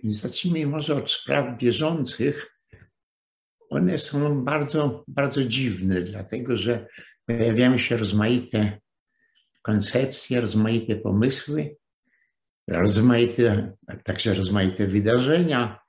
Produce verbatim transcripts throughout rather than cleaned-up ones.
zacznijmy może od spraw bieżących. One są bardzo, bardzo dziwne, dlatego że pojawiają się rozmaite koncepcje, rozmaite pomysły, rozmaite, także rozmaite wydarzenia,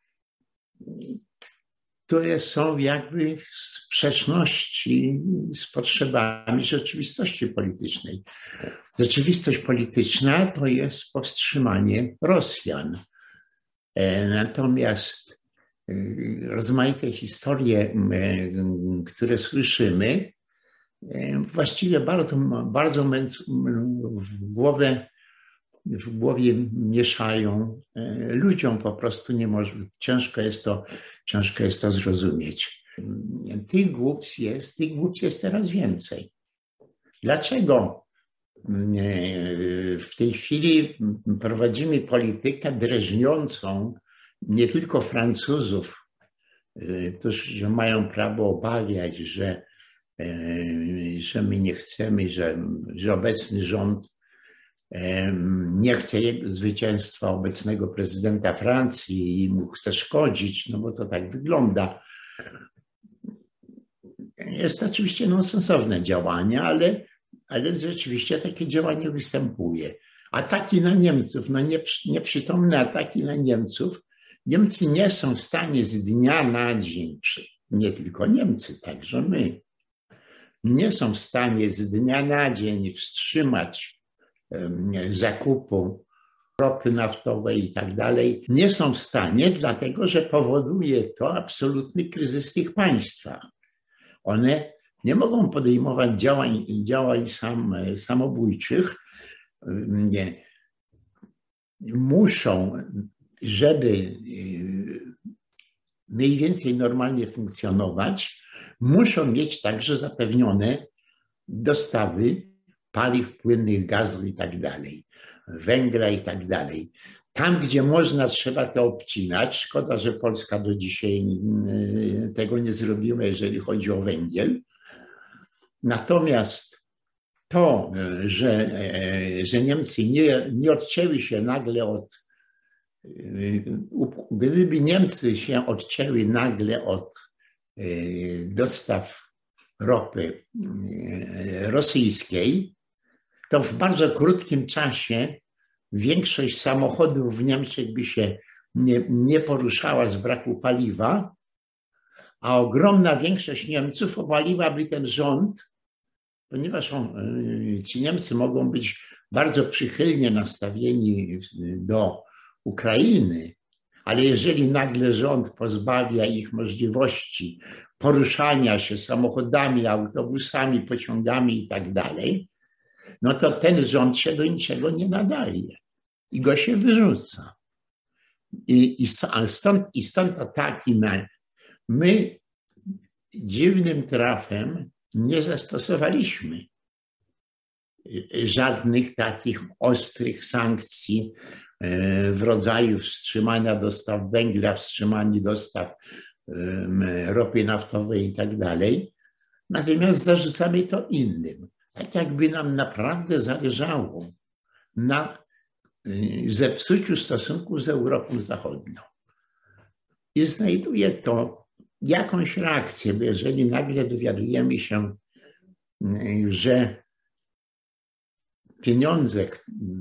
które są jakby w sprzeczności z potrzebami rzeczywistości politycznej. Rzeczywistość polityczna to jest powstrzymanie Rosjan. Natomiast rozmaite historie, które słyszymy, właściwie bardzo, bardzo w głowę, w głowie mieszają ludziom, po prostu nie może, ciężko jest to, ciężko jest to zrozumieć. Tych głupstw jest, tych głupstw jest coraz więcej. Dlaczego w tej chwili prowadzimy politykę drażniącą nie tylko Francuzów, którzy mają prawo obawiać, że, że my nie chcemy, że, że obecny rząd nie chce zwycięstwa obecnego prezydenta Francji i mu chce szkodzić, no bo to tak wygląda. Jest to oczywiście nonsensowne działanie, ale, ale rzeczywiście takie działanie występuje. Ataki na Niemców, no nieprzytomne ataki na Niemców. Niemcy nie są w stanie z dnia na dzień, nie tylko Niemcy, także my, nie są w stanie z dnia na dzień wstrzymać zakupu ropy naftowej i tak dalej. Nie są w stanie, dlatego że powoduje to absolutny kryzys tych państwa. One nie mogą podejmować działań, działań sam, samobójczych. Nie. Muszą, żeby mniej więcej normalnie funkcjonować, muszą mieć także zapewnione dostawy paliw płynnych, gazu i tak dalej, węgla i tak dalej. Tam, gdzie można, trzeba to obcinać. Szkoda, że Polska do dzisiaj tego nie zrobiła, jeżeli chodzi o węgiel. Natomiast to, że, że Niemcy nie, nie odcięły się nagle od, gdyby Niemcy się odcięły nagle od dostaw ropy rosyjskiej, to w bardzo krótkim czasie większość samochodów w Niemczech by się nie, nie poruszała z braku paliwa, a ogromna większość Niemców obaliłaby ten rząd, ponieważ on, ci Niemcy mogą być bardzo przychylnie nastawieni do Ukrainy, ale jeżeli nagle rząd pozbawia ich możliwości poruszania się samochodami, autobusami, pociągami i tak dalej, no to ten rząd się do niczego nie nadaje i go się wyrzuca. I, i, stąd, i stąd ataki na... My dziwnym trafem nie zastosowaliśmy żadnych takich ostrych sankcji w rodzaju wstrzymania dostaw węgla, wstrzymania dostaw ropy naftowej i tak dalej. Natomiast zarzucamy to innym. Tak jakby nam naprawdę zależało na zepsuciu stosunków z Europą Zachodnią. I znajduje to jakąś reakcję, bo jeżeli nagle dowiadujemy się, że pieniądze,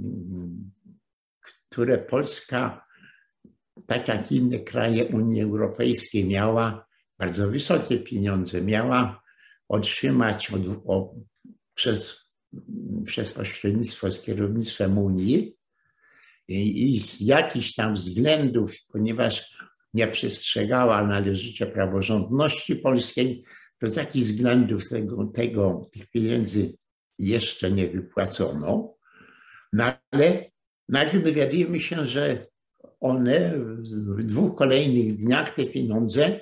które Polska, tak jak inne kraje Unii Europejskiej, miała, bardzo wysokie pieniądze, miała otrzymać od, o, przez, przez pośrednictwo z kierownictwem Unii i, i z jakichś tam względów, ponieważ nie przestrzegała należycie praworządności polskiej, to z jakich względów tego, tego, tych pieniędzy jeszcze nie wypłacono. No ale nagle dowiadujemy się, że one w dwóch kolejnych dniach, te pieniądze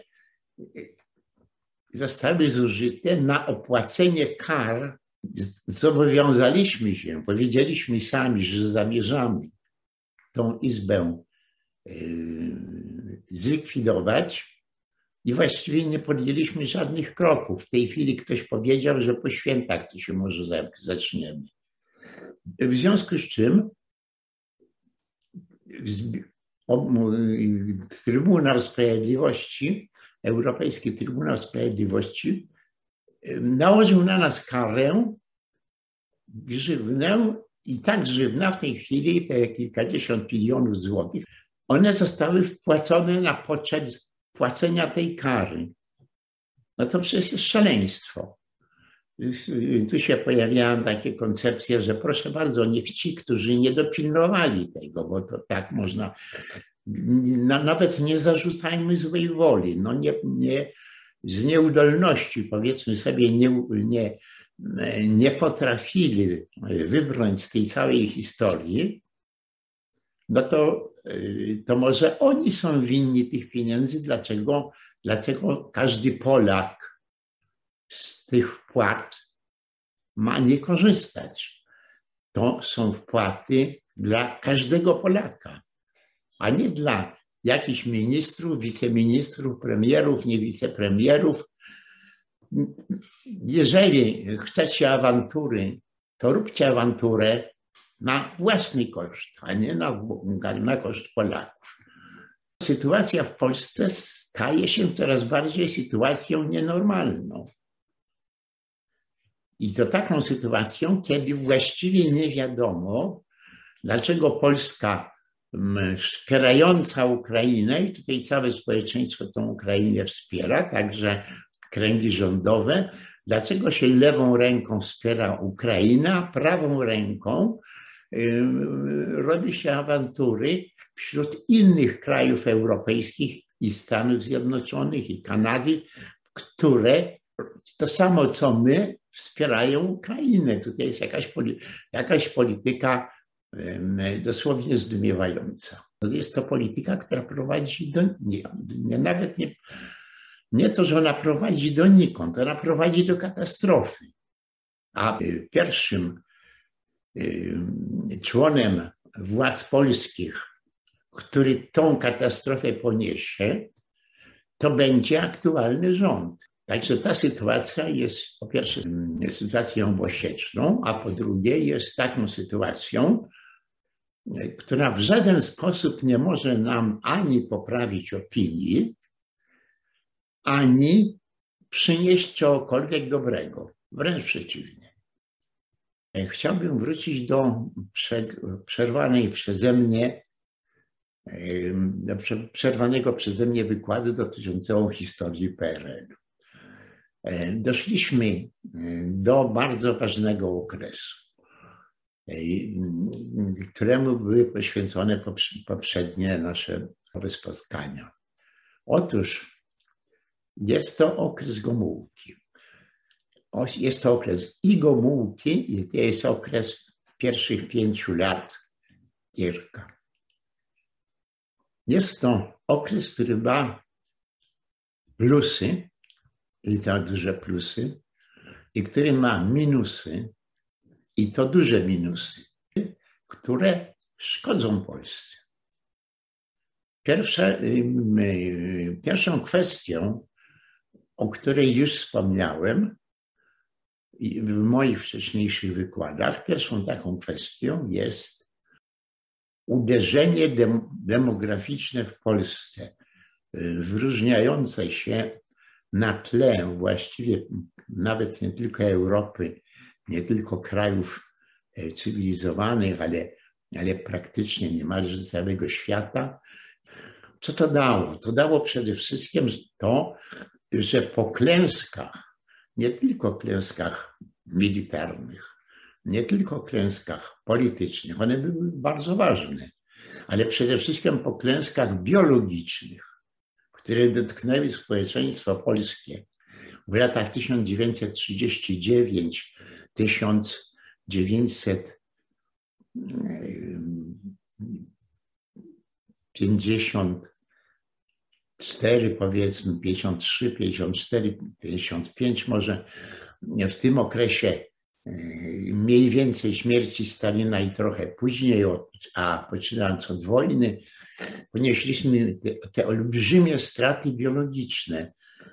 zostały zużyte na opłacenie kar. Zobowiązaliśmy się, powiedzieliśmy sami, że zamierzamy tą izbę zlikwidować i właściwie nie podjęliśmy żadnych kroków. W tej chwili ktoś powiedział, że po świętach to się może zaczniemy. W związku z czym Trybunał Sprawiedliwości, Europejski Trybunał Sprawiedliwości nałożył na nas karę, grzywnę i ta grzywna w tej chwili, te kilkadziesiąt milionów złotych, one zostały wpłacone na poczet płacenia tej kary. No to przecież jest szaleństwo. Tu się pojawiają takie koncepcje, że proszę bardzo, niech ci, którzy nie dopilnowali tego, bo to tak można, nawet nie zarzucajmy złej woli, no nie, nie, z nieudolności, powiedzmy sobie, nie, nie, nie potrafili wybrnąć z tej całej historii, no to, to może oni są winni tych pieniędzy, dlaczego, dlaczego każdy Polak z tych wpłat ma nie korzystać. To są wpłaty dla każdego Polaka, a nie dla jakichś ministrów, wiceministrów, premierów, nie wicepremierów. Jeżeli chcecie awantury, to róbcie awanturę na własny koszt, a nie na, na koszt Polaków. Sytuacja w Polsce staje się coraz bardziej sytuacją nienormalną. I to taką sytuacją, kiedy właściwie nie wiadomo, dlaczego Polska wspierająca Ukrainę, i tutaj całe społeczeństwo tą Ukrainę wspiera, także kręgi rządowe, dlaczego się lewą ręką wspiera Ukrainę, a prawą ręką robi się awantury wśród innych krajów europejskich i Stanów Zjednoczonych i Kanady, które to samo co my wspierają Ukrainę. Tutaj jest jakaś, jakaś polityka dosłownie zdumiewająca. Jest to polityka, która prowadzi do, nie, nie, nawet nie, nie to, że ona prowadzi donikąd, ona prowadzi do katastrofy. A pierwszym członem władz polskich, który tą katastrofę poniesie, to będzie aktualny rząd. Także ta sytuacja jest po pierwsze sytuacją bosieczną, a po drugie jest taką sytuacją, która w żaden sposób nie może nam ani poprawić opinii, ani przynieść czegokolwiek dobrego. Wręcz przeciwnie. Chciałbym wrócić do przerwanej przeze mnie, do przerwanego przeze mnie wykładu dotyczącego historii P R L-u. Doszliśmy do bardzo ważnego okresu, któremu były poświęcone poprzednie nasze spotkania. Otóż jest to okres Gomułki. Jest to okres i Gomułki, i to jest okres pierwszych pięciu lat Gierka. Jest to okres, który ma plusy, i to duże plusy, i który ma minusy, i to duże minusy, które szkodzą Polsce. Pierwsza, pierwszą kwestią, o której już wspomniałem w moich wcześniejszych wykładach, pierwszą taką kwestią jest uderzenie demograficzne w Polsce, wyróżniające się na tle właściwie nawet nie tylko Europy, nie tylko krajów cywilizowanych, ale, ale praktycznie niemalże całego świata. Co to dało? To dało przede wszystkim to, że po klęskach, nie tylko klęskach militarnych, nie tylko klęskach politycznych, one były bardzo ważne, ale przede wszystkim po klęskach biologicznych, które dotknęły społeczeństwo polskie w latach tysiąc dziewięćset trzydziesty dziewiąty do tysiąc dziewięćset pięćdziesiątego czwartego, powiedzmy, pięćdziesiąt trzy, pięćdziesiąt cztery, pięćdziesiąt pięć może, w tym okresie mniej więcej śmierci Stalina i trochę później, a poczynając od wojny, ponieśliśmy te, te olbrzymie straty biologiczne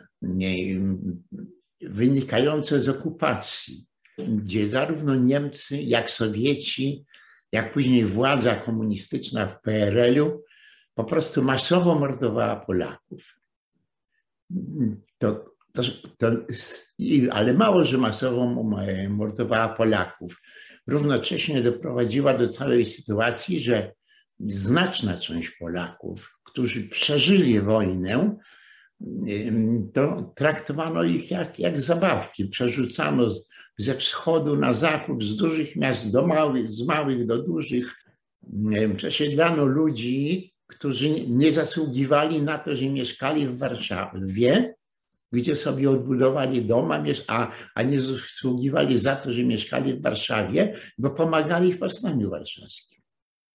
wynikające z okupacji, gdzie zarówno Niemcy, jak Sowieci, jak później władza komunistyczna w P R L-u po prostu masowo mordowała Polaków. To, to, to, ale mało, że masowo mordowała Polaków. Równocześnie doprowadziła do całej sytuacji, że znaczna część Polaków, którzy przeżyli wojnę, to traktowano ich jak, jak zabawki. Przerzucano z, ze wschodu na zachód, z dużych miast do małych, z małych do dużych. Przesiedlano ludzi, którzy nie zasługiwali na to, że mieszkali w Warszawie, gdzie sobie odbudowali dom, a, a nie zasługiwali za to, że mieszkali w Warszawie, bo pomagali w powstaniu warszawskim.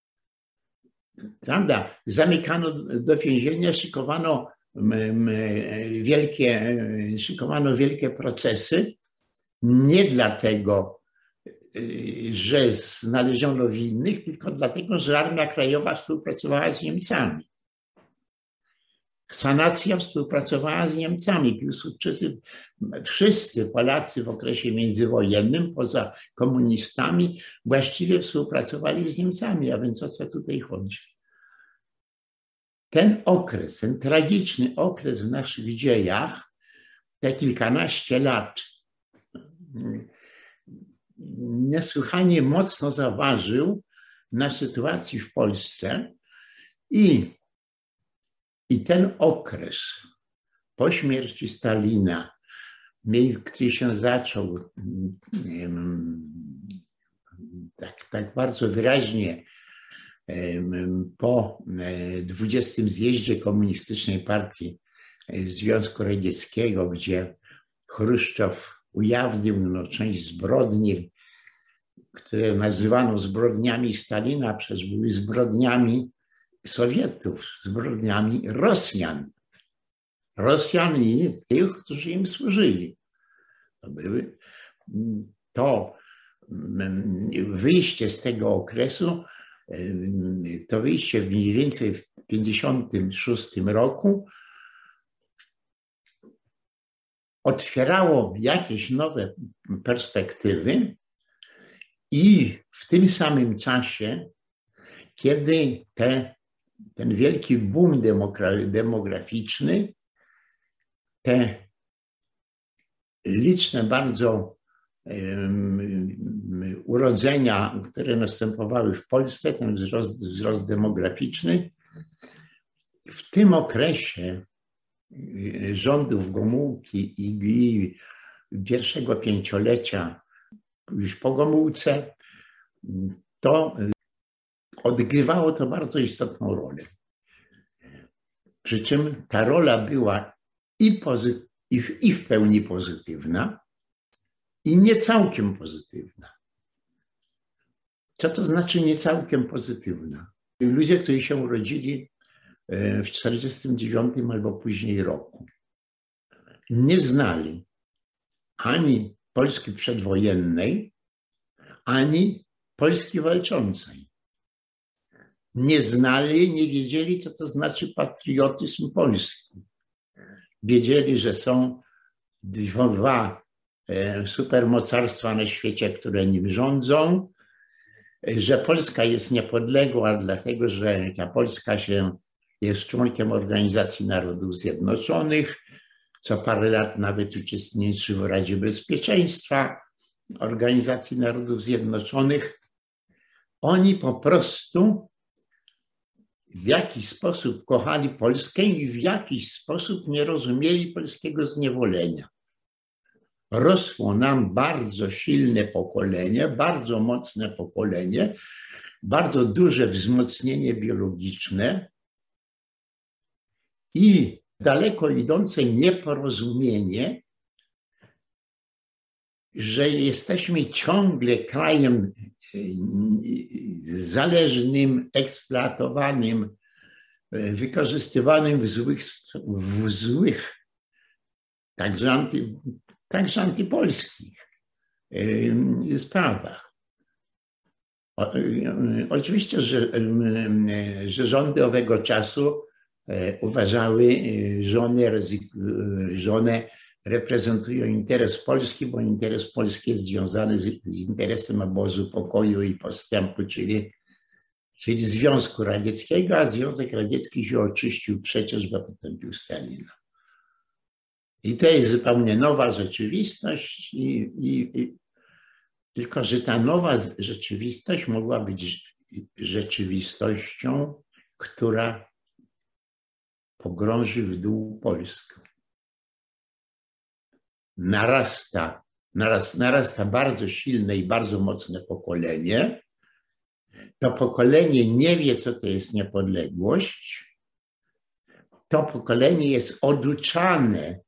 Prawda? Zamykano do więzienia, szykowano wielkie, szykowano wielkie procesy, nie dlatego, że znaleziono winnych, tylko dlatego, że Armia Krajowa współpracowała z Niemcami. Sanacja współpracowała z Niemcami. Piłsudczycy, wszyscy Polacy w okresie międzywojennym, poza komunistami, właściwie współpracowali z Niemcami, a więc o co tutaj chodzi? Ten okres, ten tragiczny okres w naszych dziejach, te kilkanaście lat, niesłychanie mocno zaważył na sytuacji w Polsce i, i ten okres po śmierci Stalina, który się zaczął tak, tak bardzo wyraźnie po dwudziestym zjeździe Komunistycznej Partii Związku Radzieckiego, gdzie Chruszczow ujawnił no, część zbrodni, które nazywano zbrodniami Stalina, przecież były zbrodniami Sowietów, zbrodniami Rosjan. Rosjan i tych, którzy im służyli. To były to wyjście z tego okresu, to wyjście mniej więcej w pięćdziesiątym szóstym roku otwierało jakieś nowe perspektywy i w tym samym czasie, kiedy te, ten wielki boom demograficzny, te liczne bardzo um, urodzenia, które następowały w Polsce, ten wzrost, wzrost demograficzny, w tym okresie rządów Gomułki i pierwszego pięciolecia już po Gomułce, to odgrywało to bardzo istotną rolę. Przy czym ta rola była i, pozy- i, w, i w pełni pozytywna, i nie całkiem pozytywna. Co to znaczy nie całkiem pozytywna? Ludzie, którzy się urodzili w czterdziestym dziewiątym albo później roku, nie znali ani Polski przedwojennej, ani Polski walczącej. Nie znali, nie wiedzieli, co to znaczy patriotyzm polski. Wiedzieli, że są dwa supermocarstwa na świecie, które nim rządzą, że Polska jest niepodległa, dlatego że ta Polska się jest członkiem Organizacji Narodów Zjednoczonych, co parę lat nawet uczestniczy w Radzie Bezpieczeństwa Organizacji Narodów Zjednoczonych. Oni po prostu w jakiś sposób kochali Polskę i w jakiś sposób nie rozumieli polskiego zniewolenia. Rosło nam bardzo silne pokolenie, bardzo mocne pokolenie, bardzo duże wzmocnienie biologiczne i daleko idące nieporozumienie, że jesteśmy ciągle krajem zależnym, eksploatowanym, wykorzystywanym w złych, w złych także, anty, także antypolskich sprawach. O, oczywiście, że, że rządy owego czasu uważały, że one, że one reprezentują interes Polski, bo interes Polski jest związany z, z interesem obozu pokoju i postępu, czyli, czyli Związku Radzieckiego, a Związek Radziecki się oczyścił przecież, bo potępił Stalina. I to jest zupełnie nowa rzeczywistość, i, i, i, tylko że ta nowa rzeczywistość mogła być rzeczywistością, która pogrąży w dół Polskę. Narasta, narasta, narasta bardzo silne i bardzo mocne pokolenie. To pokolenie nie wie, co to jest niepodległość. To pokolenie jest oduczane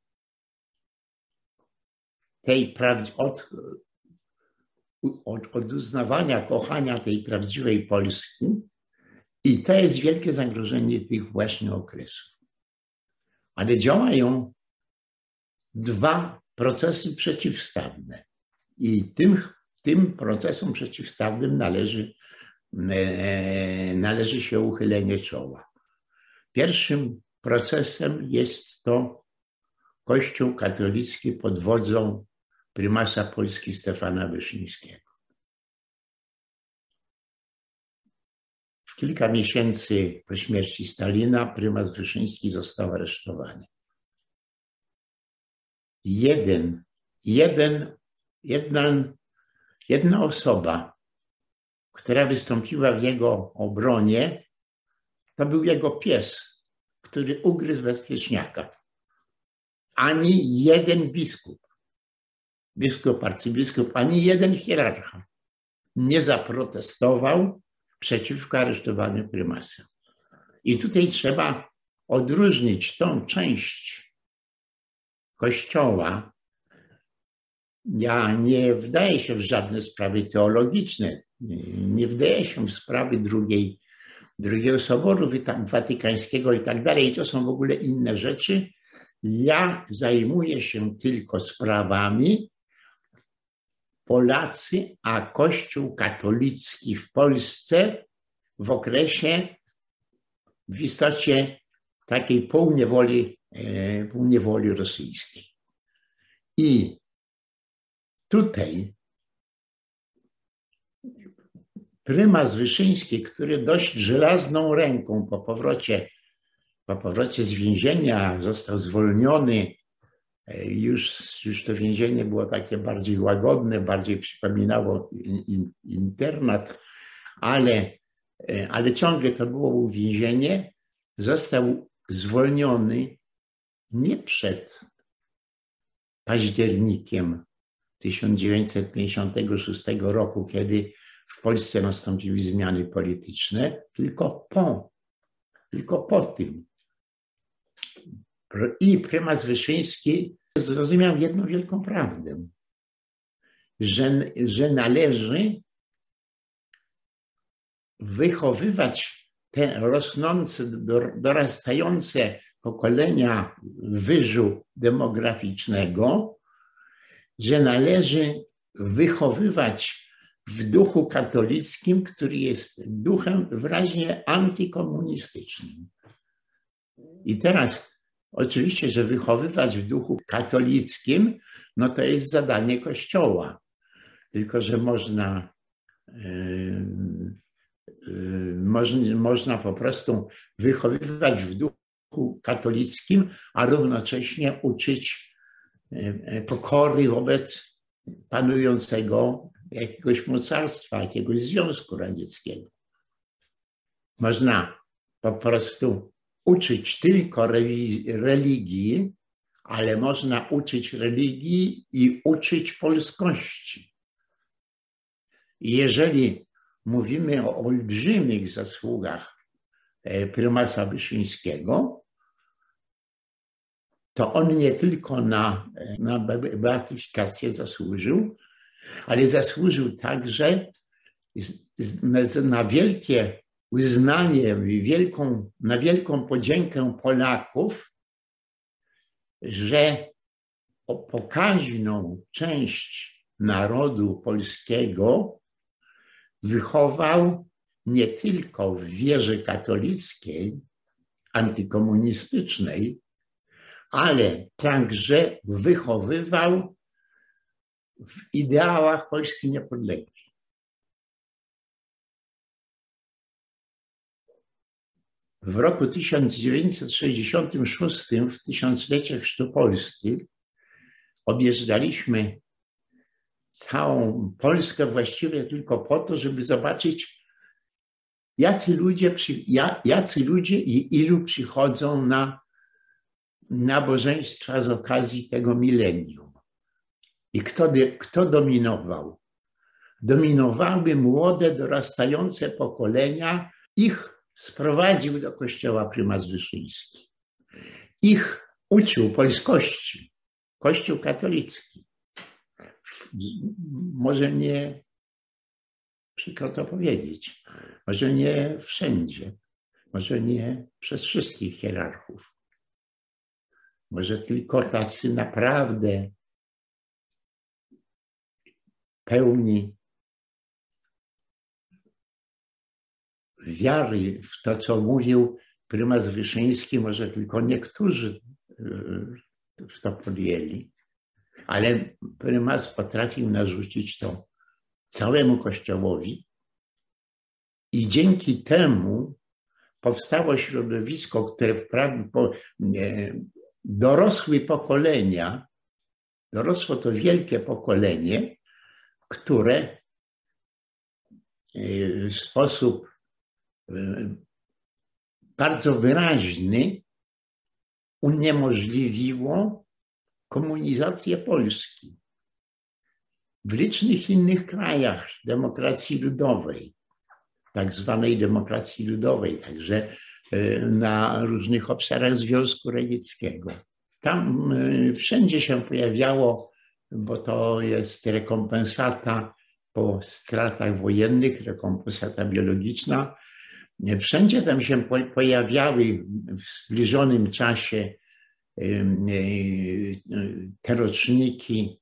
tej prawd- od, od, od uznawania, kochania tej prawdziwej Polski. I to jest wielkie zagrożenie tych właśnie okresów. Ale działają dwa procesy przeciwstawne. I tym, tym procesom przeciwstawnym należy, e, należy się uchylenie czoła. Pierwszym procesem jest to Kościół katolicki pod wodzą prymasa Polski Stefana Wyszyńskiego. W kilka miesięcy po śmierci Stalina prymas Wyszyński został aresztowany. Jeden, jeden, jedna, jedna osoba, która wystąpiła w jego obronie, to był jego pies, który ugryzł bezpieczniaka. Ani jeden biskup, biskup, arcybiskup, ani jeden hierarcha nie zaprotestował przeciwko aresztowaniu prymasa. I tutaj trzeba odróżnić tą część Kościoła. Ja nie wdaję się w żadne sprawy teologiczne, nie wdaję się w sprawy drugiej, drugiego Soboru Watykańskiego i tak dalej. To są w ogóle inne rzeczy. Ja zajmuję się tylko sprawami Polacy, a Kościół katolicki w Polsce w okresie w istocie takiej półniewoli, półniewoli rosyjskiej. I tutaj prymas Wyszyński, który dość żelazną ręką po powrocie, po powrocie z więzienia został zwolniony. Już, już to więzienie było takie bardziej łagodne, bardziej przypominało in, internat, ale, ale ciągle to było więzienie. Został zwolniony nie przed październikiem tysiąc dziewięćset pięćdziesiątego szóstego roku, kiedy w Polsce nastąpiły zmiany polityczne, tylko po, tylko po tym. I prymas Wyszyński zrozumiał jedną wielką prawdę, że, że należy wychowywać te rosnące, dorastające pokolenia wyżu demograficznego, że należy wychowywać w duchu katolickim, który jest duchem wyraźnie antykomunistycznym. I teraz oczywiście, że wychowywać w duchu katolickim, no to jest zadanie Kościoła. Tylko że można, yy, yy, można, można po prostu wychowywać w duchu katolickim, a równocześnie uczyć yy, pokory wobec panującego jakiegoś mocarstwa, jakiegoś Związku Radzieckiego. Można po prostu uczyć tylko religii, ale można uczyć religii i uczyć polskości. I jeżeli mówimy o olbrzymich zasługach prymasa Wyszyńskiego, to on nie tylko na, na beatyfikację zasłużył, ale zasłużył także na wielkie uznanie, wielką, na wielką podziękę Polaków, że pokaźną część narodu polskiego wychował nie tylko w wierze katolickiej, antykomunistycznej, ale także wychowywał w ideałach Polski niepodległej. W roku tysiąc dziewięćset sześćdziesiątym szóstym, w tysiąclecie Chrztu Polski, objeżdżaliśmy całą Polskę właściwie tylko po to, żeby zobaczyć, jacy ludzie, jacy ludzie i ilu przychodzą na nabożeństwa z okazji tego milenium. I kto, kto dominował? Dominowały młode, dorastające pokolenia. Ich sprowadził do kościoła prymas Wyszyński. Ich uczył polskości. Kościół katolicki. Może nie, przykro to powiedzieć, może nie wszędzie, może nie przez wszystkich hierarchów. Może tylko tacy naprawdę pełni wiary w to, co mówił prymas Wyszyński, może tylko niektórzy w to podjęli, ale prymas potrafił narzucić to całemu Kościołowi i dzięki temu powstało środowisko, które wprawdzie dorosły pokolenia, dorosło to wielkie pokolenie, które w sposób bardzo wyraźny uniemożliwiło komunizację Polski. W licznych innych krajach demokracji ludowej, tak zwanej demokracji ludowej, także na różnych obszarach Związku Radzieckiego. Tam wszędzie się pojawiało, bo to jest rekompensata po stratach wojennych, rekompensata biologiczna. Wszędzie tam się pojawiały w zbliżonym czasie te roczniki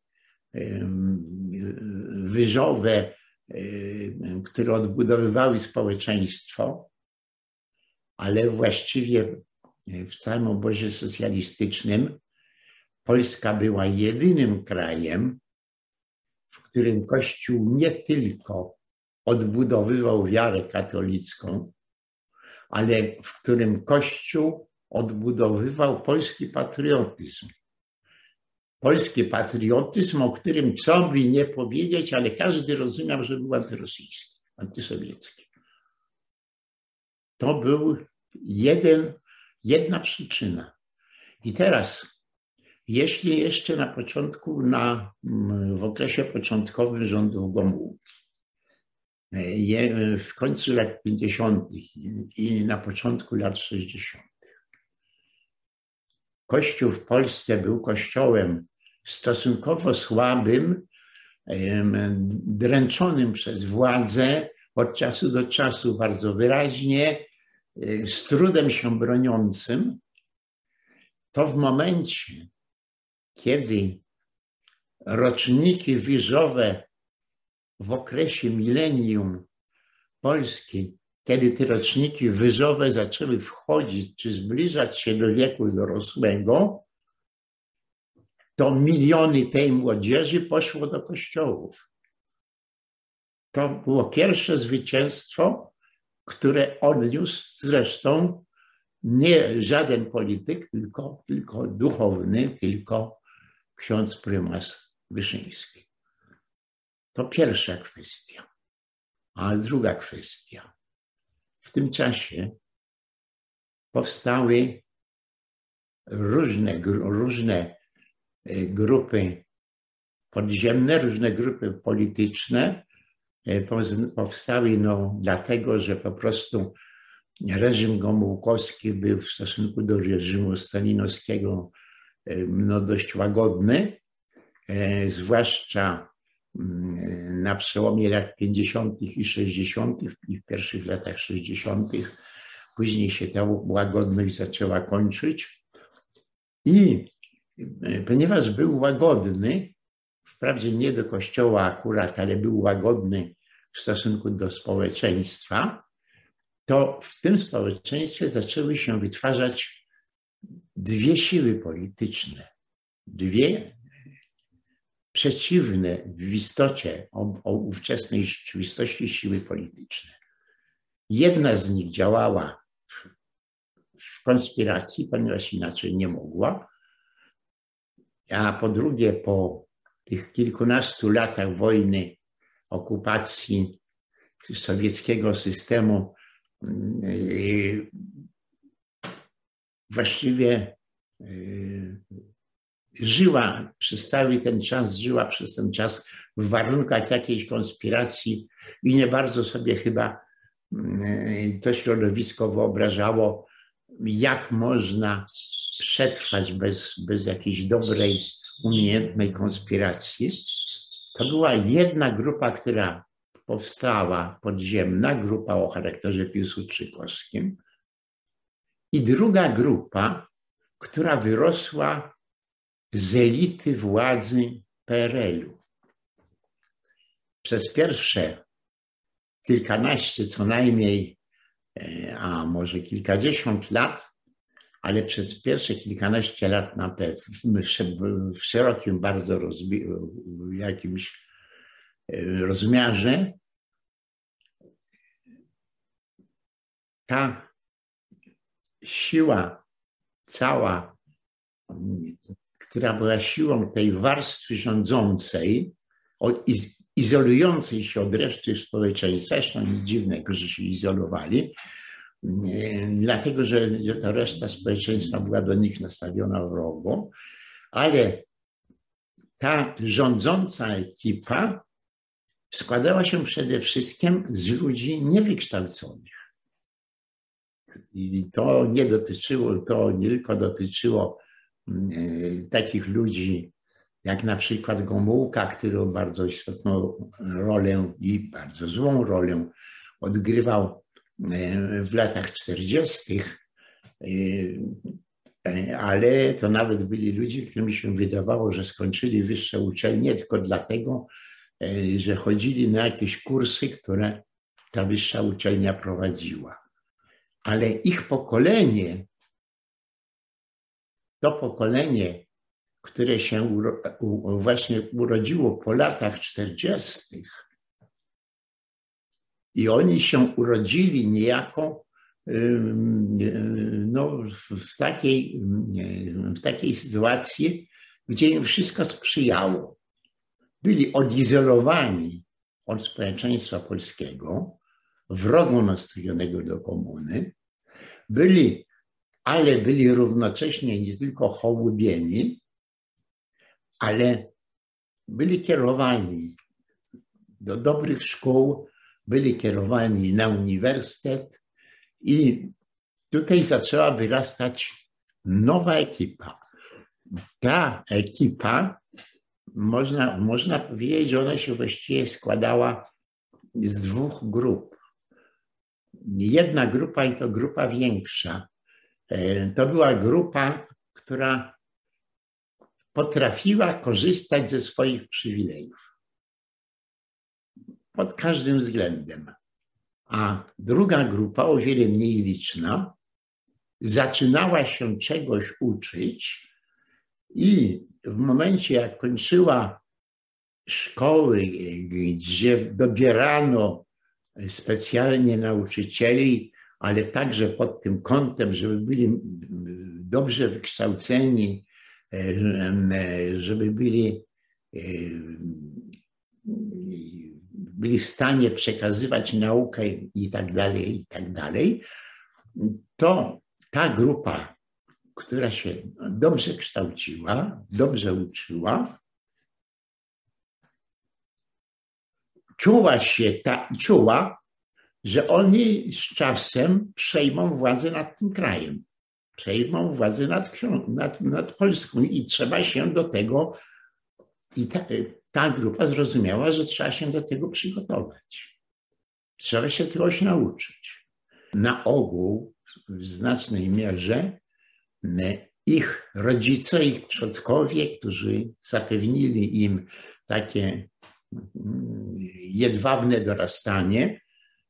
wyżowe, które odbudowywały społeczeństwo, ale właściwie w całym obozie socjalistycznym Polska była jedynym krajem, w którym Kościół nie tylko odbudowywał wiarę katolicką, ale w którym Kościół odbudowywał polski patriotyzm. Polski patriotyzm, o którym co by nie powiedzieć, ale każdy rozumiał, że był antyrosyjski, antysowiecki. To był jeden, jedna przyczyna. I teraz, jeśli jeszcze na początku, na, w okresie początkowym rządów Gomułki, w końcu lat pięćdziesiątych i na początku lat sześćdziesiątych, Kościół w Polsce był kościołem stosunkowo słabym, dręczonym przez władzę, od czasu do czasu bardzo wyraźnie, z trudem się broniącym, to w momencie, kiedy roczniki wyżowe w okresie milenium Polski, kiedy te roczniki wyżowe zaczęły wchodzić czy zbliżać się do wieku dorosłego, to miliony tej młodzieży poszło do kościołów. To było pierwsze zwycięstwo, które odniósł zresztą nie żaden polityk, tylko, tylko duchowny, tylko ksiądz prymas Wyszyński. To pierwsza kwestia. A druga kwestia. W tym czasie powstały różne, różne grupy podziemne, różne grupy polityczne. Powstały no, dlatego, że po prostu reżim gomułkowski był w stosunku do reżimu stalinowskiego no, dość łagodny, zwłaszcza na przełomie lat pięćdziesiątych i sześćdziesiątych i w pierwszych latach sześćdziesiątych. Później się ta łagodność zaczęła kończyć i ponieważ był łagodny, wprawdzie nie do kościoła akurat, ale był łagodny w stosunku do społeczeństwa, to w tym społeczeństwie zaczęły się wytwarzać dwie siły polityczne, dwie przeciwne w istocie o, o ówczesnej rzeczywistości siły polityczne. Jedna z nich działała w konspiracji, ponieważ inaczej nie mogła. A po drugie, po tych kilkunastu latach wojny, okupacji sowieckiego systemu, właściwie żyła przez cały ten czas, żyła przez ten czas w warunkach jakiejś konspiracji i nie bardzo sobie chyba to środowisko wyobrażało, jak można przetrwać bez, bez jakiejś dobrej, umiejętnej konspiracji. To była jedna grupa, która powstała, podziemna grupa o charakterze piłsudczykowskim, i druga grupa, która wyrosła z elity władzy P R L-u. Przez pierwsze kilkanaście co najmniej, a może kilkadziesiąt lat, ale przez pierwsze kilkanaście lat na pewno w szerokim bardzo rozbi- jakimś rozmiarze ta siła cała, która była siłą tej warstwy rządzącej, izolującej się od reszty społeczeństwa, zresztą nic dziwnego, że się izolowali, dlatego że ta reszta społeczeństwa była do nich nastawiona wrogo, ale ta rządząca ekipa składała się przede wszystkim z ludzi niewykształconych. I to nie dotyczyło, to nie tylko dotyczyło takich ludzi jak na przykład Gomułka, który bardzo istotną rolę i bardzo złą rolę odgrywał w latach czterdziestych, ale to nawet byli ludzie, którym się wydawało, że skończyli wyższe uczelnie tylko dlatego, że chodzili na jakieś kursy, które ta wyższa uczelnia prowadziła. Ale ich pokolenie, to pokolenie, które się właśnie urodziło po latach czterdziestych, i oni się urodzili niejako no, w, takiej, w takiej sytuacji, gdzie im wszystko sprzyjało. Byli odizolowani od społeczeństwa polskiego, wrogo nastawionego do komuny, byli, ale byli równocześnie nie tylko hołubieni, ale byli kierowani do dobrych szkół, byli kierowani na uniwersytet i tutaj zaczęła wyrastać nowa ekipa. Ta ekipa, można, można powiedzieć, że ona się właściwie składała z dwóch grup. Jedna grupa i to grupa większa. To była grupa, która potrafiła korzystać ze swoich przywilejów. Pod każdym względem. A druga grupa, o wiele mniej liczna, zaczynała się czegoś uczyć i w momencie, jak kończyła szkoły, gdzie dobierano specjalnie nauczycieli, ale także pod tym kątem, żeby byli dobrze wykształceni, żeby byli, byli w stanie przekazywać naukę i tak dalej, i tak dalej, to ta grupa, która się dobrze kształciła, dobrze uczyła, czuła się, ta, czuła, że oni z czasem przejmą władzę nad tym krajem, przejmą władzę nad, nad, nad Polską i trzeba się do tego, i ta, ta grupa zrozumiała, że trzeba się do tego przygotować. Trzeba się czegoś nauczyć. Na ogół w znacznej mierze ich rodzice, ich przodkowie, którzy zapewnili im takie jedwabne dorastanie,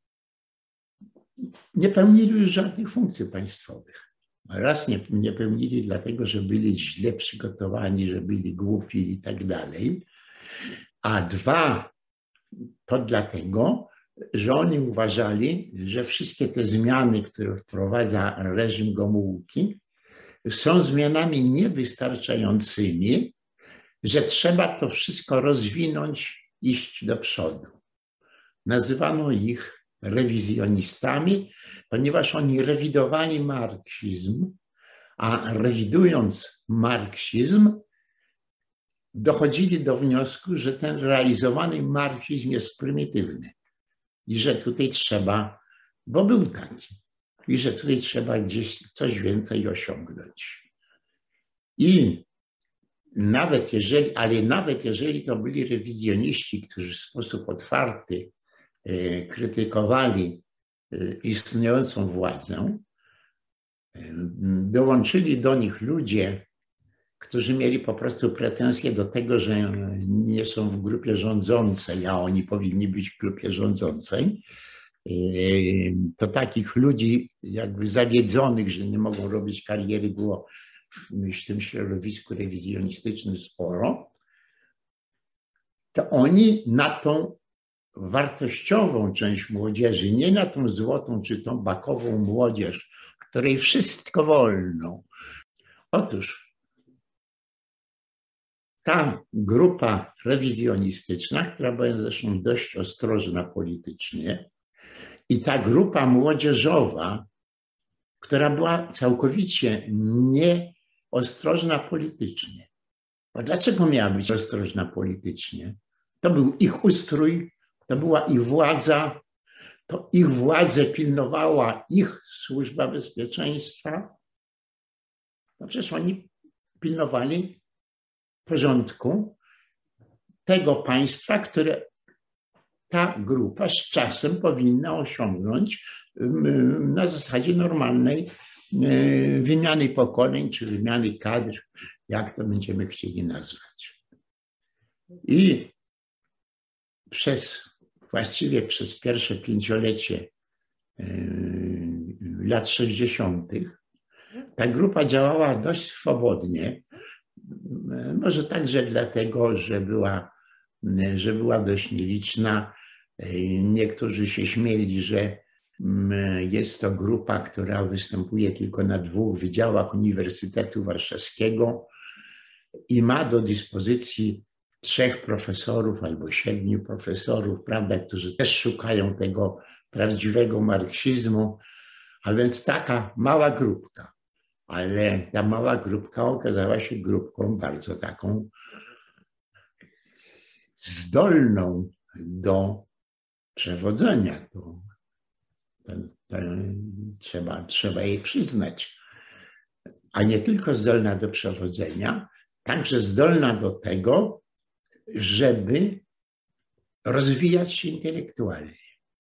nie pełnili już żadnych funkcji państwowych. Raz nie, nie pełnili dlatego, że byli źle przygotowani, że byli głupi i tak dalej, a dwa to dlatego, że oni uważali, że wszystkie te zmiany, które wprowadza reżim Gomułki, są zmianami niewystarczającymi, że trzeba to wszystko rozwinąć, iść do przodu. Nazywano ich rewizjonistami, ponieważ oni rewidowali marksizm, a rewidując marksizm, dochodzili do wniosku, że ten realizowany marksizm jest prymitywny i że tutaj trzeba, bo był taki, i że tutaj trzeba gdzieś coś więcej osiągnąć. I nawet jeżeli, ale nawet jeżeli to byli rewizjoniści, którzy w sposób otwarty krytykowali istniejącą władzę, dołączyli do nich ludzie, którzy mieli po prostu pretensje do tego, że nie są w grupie rządzącej, a oni powinni być w grupie rządzącej. To takich ludzi jakby zawiedzonych, że nie mogą robić kariery, było w tym środowisku rewizjonistycznym sporo. To oni na tą wartościową część młodzieży, nie na tą złotą czy tą bakową młodzież, której wszystko wolno. Otóż ta grupa rewizjonistyczna, która była zresztą dość ostrożna politycznie, i ta grupa młodzieżowa, która była całkowicie nieostrożna politycznie. A dlaczego miała być ostrożna politycznie? To był ich ustrój, to była ich władza, to ich władzę pilnowała ich służba bezpieczeństwa. No przecież oni pilnowali porządku tego państwa, które ta grupa z czasem powinna osiągnąć na zasadzie normalnej wymiany pokoleń, czy wymiany kadr, jak to będziemy chcieli nazwać. I przez, właściwie przez pierwsze pięciolecie lat sześćdziesiątych ta grupa działała dość swobodnie. Może także dlatego, że była, że była dość nieliczna. Niektórzy się śmieli, że jest to grupa, która występuje tylko na dwóch wydziałach Uniwersytetu Warszawskiego i ma do dyspozycji trzech profesorów albo siedmiu profesorów, prawda, którzy też szukają tego prawdziwego marksizmu, a więc taka mała grupka. Ale ta mała grupka okazała się grupką bardzo taką zdolną do przewodzenia. To, to, to trzeba, trzeba jej przyznać. A nie tylko zdolna do przewodzenia, także zdolna do tego, żeby rozwijać się intelektualnie.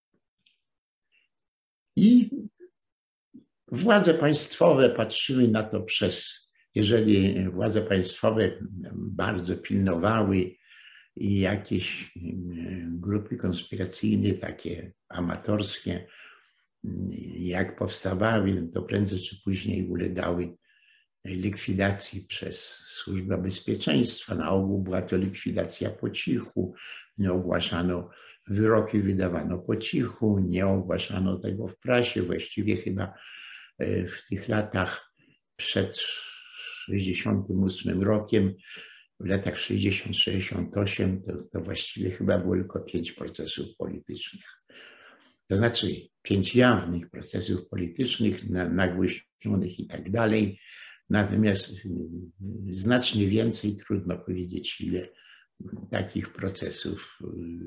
I władze państwowe patrzyły na to przez, jeżeli władze państwowe bardzo pilnowały i jakieś grupy konspiracyjne, takie amatorskie, jak powstawały, to prędzej czy później ulegały likwidacji przez Służbę Bezpieczeństwa. Na ogół była to likwidacja po cichu, nie ogłaszano wyroki, wydawano po cichu, nie ogłaszano tego w prasie. Właściwie chyba w tych latach przed sześćdziesiątym ósmym rokiem, w latach sześćdziesiąt sześćdziesiąt osiem, to, to właściwie chyba było tylko pięć procesów politycznych. To znaczy pięć jawnych procesów politycznych, nagłośnionych i tak dalej. Natomiast znacznie więcej, trudno powiedzieć ile, takich procesów,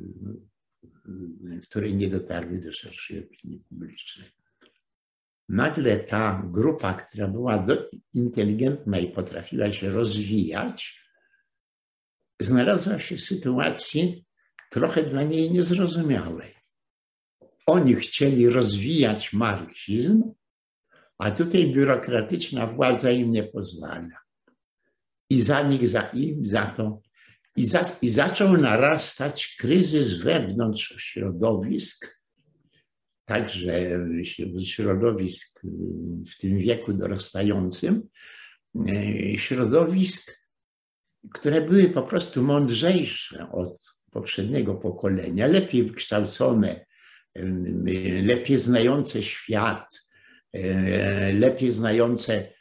które nie dotarły do szerszej opinii publicznej. Nagle ta grupa, która była inteligentna i potrafiła się rozwijać, znalazła się w sytuacji trochę dla niej niezrozumiałej. Oni chcieli rozwijać marksizm, a tutaj biurokratyczna władza im nie pozwala. I za nich, za im, za to. I, za, i zaczął narastać kryzys wewnątrz środowisk, także środowisk w tym wieku dorastającym, środowisk, które były po prostu mądrzejsze od poprzedniego pokolenia, lepiej wykształcone lepiej znające świat, lepiej znające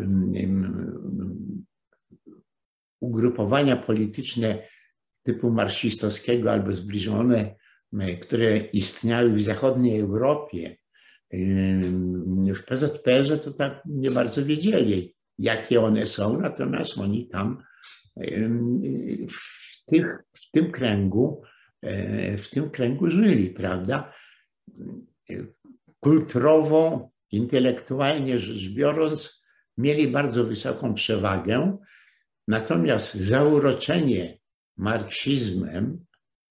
ugrupowania polityczne typu marksistowskiego albo zbliżone, które istniały w zachodniej Europie, w P Z P R ze to tak nie bardzo wiedzieli, jakie one są, natomiast oni tam w, tych, w tym kręgu, w tym kręgu żyli, prawda? Kulturowo, intelektualnie rzecz biorąc, mieli bardzo wysoką przewagę, natomiast zauroczenie marksizmem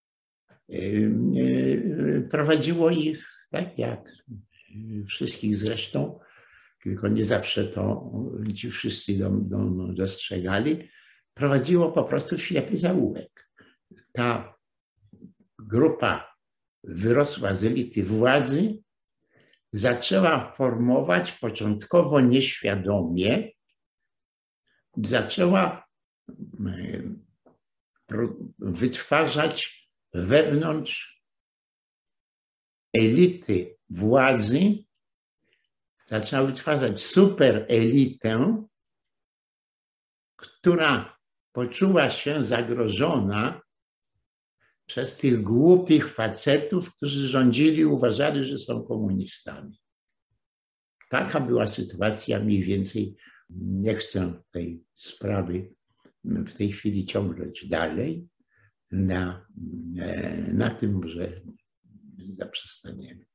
prowadziło ich, tak jak wszystkich zresztą, tylko nie zawsze to ci wszyscy do, do, dostrzegali, prowadziło po prostu w ślepy zaułek. Ta grupa wyrosła z elity władzy, zaczęła formować początkowo nieświadomie, zaczęła wytwarzać wewnątrz elity władzy, zaczęła wytwarzać superelitę, która poczuła się zagrożona przez tych głupich facetów, którzy rządzili i uważali, że są komunistami. Taka była sytuacja mniej więcej. Nie chcę tej sprawy w tej chwili ciągnąć dalej. Na, na tym może zaprzestaniemy.